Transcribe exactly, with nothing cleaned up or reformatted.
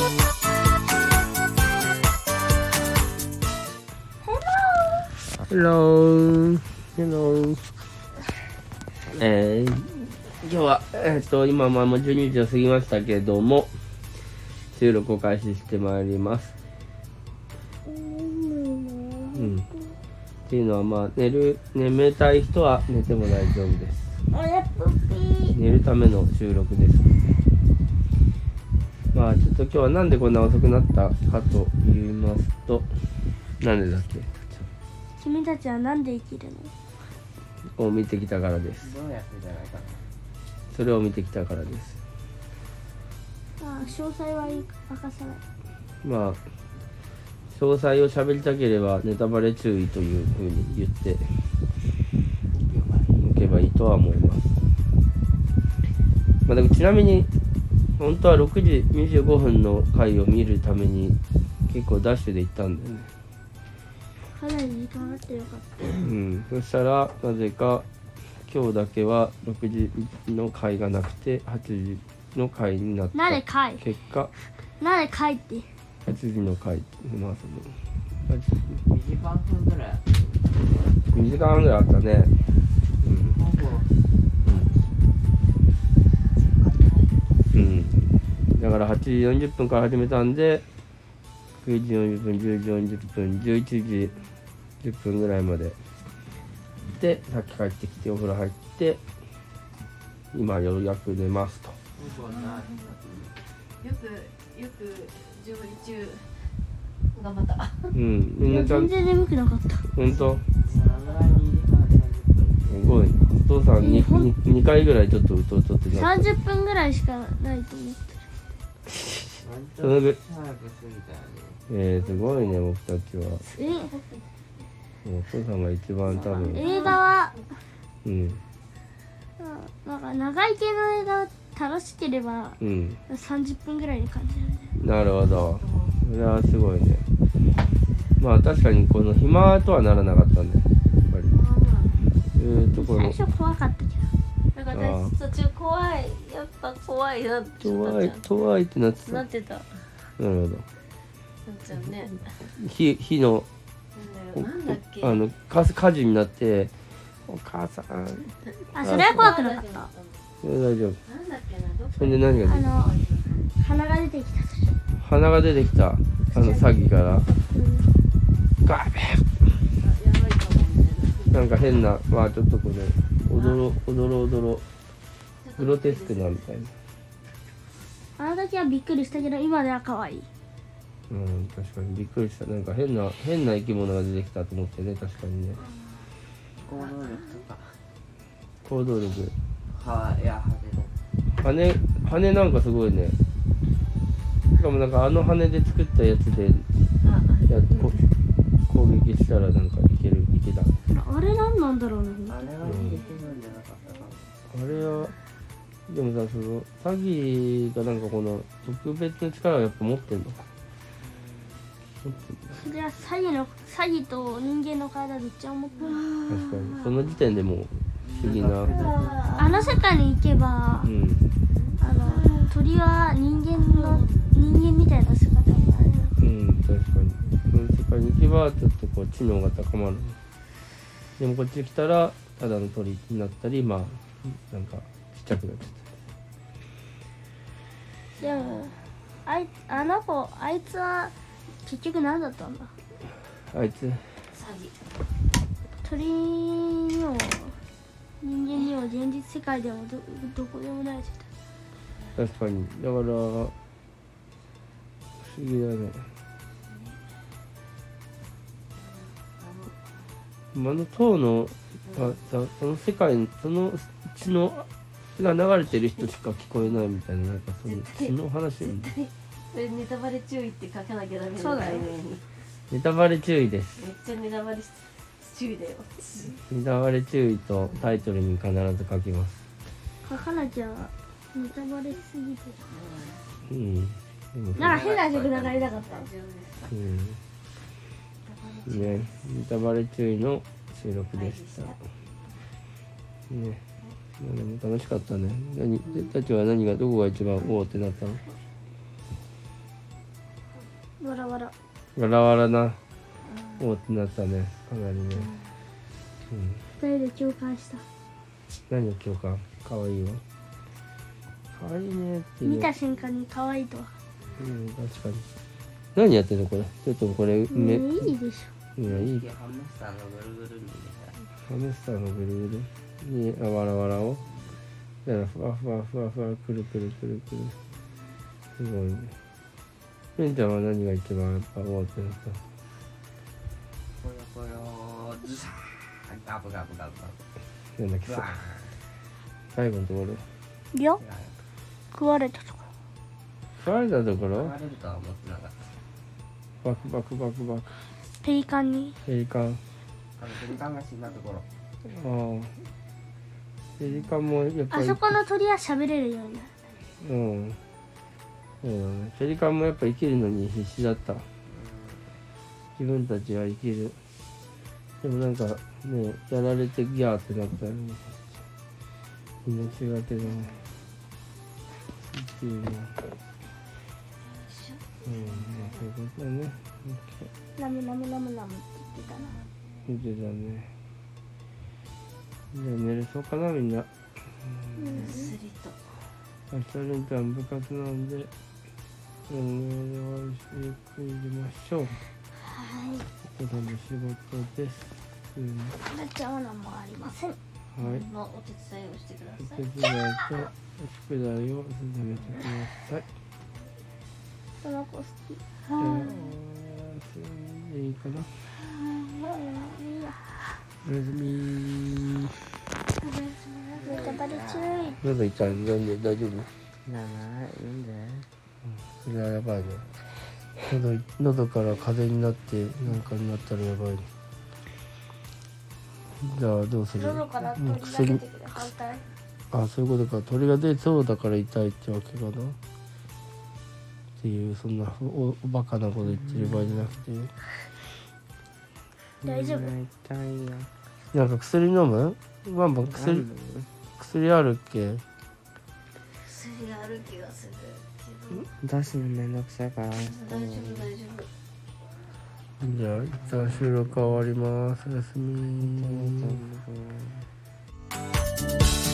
Hello Hello えー、今日は、えー、っと今まあもうじゅうにじを過ぎましたけども収録を開始してまいります。うんっていうのはまあ寝る眠たい人は寝ても大丈夫です。寝るための収録です。まあちょっと今日はなんでこんな遅くなったかと言いますと、なんでだっけ？ 君たちはなんで生きるの？ を見てきたからです。 どうやってじゃないかな。 それを見てきたからです。 ああ、詳細は明かさない。 まあ詳細を喋りたければネタバレ注意というふうに言っておけばいいとは思います。まあ、でもちなみに本当はろくじにじゅうごふんの回を見るために結構ダッシュで行ったんだよね。 かなり時間あってよかった。 うん、そしたらなぜか今日だけはろくじの回がなくてはちじの回になった。 なぜ回？ 結果なぜ回って？ はちじの回、まあそのにじかんはんぐらいにじかんはんぐらいあったね。うん。 ほぼうん。だからはちじよんじゅっぷんから始めたんでくじよんじゅっぷん、じゅうじよんじゅっぷん、じゅういちじじゅっぷんぐらいまでで、さっき帰ってきてお風呂入って今ようやく寝ますと。 ほぼない。 よくよく調理中頑張った。 うんみんなちゃん全然眠くなかった。 ほんと長いにじかんさんじゅっぷん。 すごいね。お父さん に, に, にかいぐらいちょっとうとうとってなった。 さんじゅっぷんぐらいしかないと思ってる。 そのぐ早く過ぎたよね。 えー、すごいね僕たちは。 えもうお父さんが一番多分映画はうんなんか長い系の映画楽しければうんさんじゅっぷんぐらいに感じるんだよ。 なるほど。それはすごいね。まあ確かにこの暇とはならなかったんだよやっぱり。えーとこの最初怖かったけど。 なんか私途中怖いやっぱ怖いなって怖い怖いってなってた。ななってた。なるほど。 っちゃうね。 火火のなんだっけ。 あの火火事になってお母さんあ、それは怖くなかった。 それ大丈夫。 なんだっけなどこ。 それで何が出てきた？ あの鼻が出てきた。 鼻が出てきたあの詐欺からガーベやばいかもね。 なんか変なまあちょっとこれおどろおどろおどろグロテスクなみたいな。 あの時はびっくりしたけど今では可愛い。 うん確かにびっくりした。なんか変な変な生き物が出てきたと思ってね。確かにね。 行動力とか。 行動力はや羽の。 羽羽なんかすごいね。しかもなんかあの羽で作ったやつでやこ攻撃したらなんかいけるいけた。 あれ何なんだろうね。 あれは逃げてるんじゃなかったかも。 あれはでもさその詐欺がなんかこの特別な力をやっぱ持ってんの。 それは詐欺の詐欺と人間の体どっちも持ってる。 確かにその時点でもう不思議な。 あの世界に行けば、 うんあの鳥は人間の人間みたいな姿になる。 うん確かにその世界に行けばちょっとこう知能が高まる。でもこっち来たらただの鳥になったりまあなんかちっちゃくなっちゃった。 でもあいあの子あいつは結局何だったんだ。 あいつ詐欺。 鳥にも人間にも現実世界でも ど, どこでもない状態。 確かにだから不思議だね。あの塔のあさその世界その血のが流れてる人しか聞こえないみたいななんかその血の話みたいな。 これネタバレ注意って書かなきゃダメそうだよ題名に。 ネタバレ注意です。 めっちゃネタバレ注意だよ。 ネタバレ注意とタイトルに必ず書きます。 書かなきゃネタバレしすぎてうんでもなんか変な曲流れなかった。 大丈夫です。 うんねネタバレ注意の収録でした。ねまあでも楽しかったね。何たちは何がどこが一番おおってなったの？ わらわら。 わらわらな。おーってなったね。かなりね。うん。 二人で共感した。 何を共感？かわいいわ。かわいいねっていうね。 見た瞬間に可愛いとは。 うん確かに。何やってんのこれ？ちょっとこれねめ。 いいでしいやいい。 ハムスターのぐるぐるに入ハムスターのぐるぐるにあわらわらを。だからふわふわふわふわくるくるくるくる。すごいね。ペンちゃんは何が一番やっぱおーってなった？ ぽよぽよズサーガブガブガブガなんだっけブうわ最後のところ。 ょ。いや、 ー食われたとこ食われたところ食われるとは思ってなかったバクバクバクバク。 ペリカンに。 ペリカン。 あのペリカンが死んだところああ。ペリカンもやっぱり。 あそこの鳥は喋れるようになる。 うん。そうだね。ペリカンもやっぱ生きるのに必死だった。自分たちは生きる。でもなんかね、やられてギャーってなったらね。命がけだね。生きるの。うん、まあそういうことだね。 ナムナムナムナムって言ってたな。 見てたね。じゃあ寝れそうかなみんな。 うんすりと明日レンちゃん部活なんで、うん、ゆっくり寝ましょう。 はい。 お父さんの仕事です。うん、 なっちゃんは何もありません。 はい。 のお手伝いをしてくだおさい。 手伝いと宿題を進めてください。 その子好き。 えはー、いいかな。 い。いいや。 おやすみ。 ネタバレ注意。 喉痛いのなんで大丈夫？ なないなんでそれはやばいね。喉喉から風邪になってなんかになったらやばいね。じゃあどうする？ 喉からもう取り出薬。 てくれ。反対。 あ、そういうことか。鳥が出そうだから痛いってわけかな。っていうそんなおおバカなこと言ってる場合じゃなくて。 大丈夫。 痛いよなんか薬飲む？バンバン薬薬あるっけ？ 薬がある気がするけど出すのめんどくさいから大丈夫大丈夫。 じゃあ一旦収録終わります。おやすみ。 うん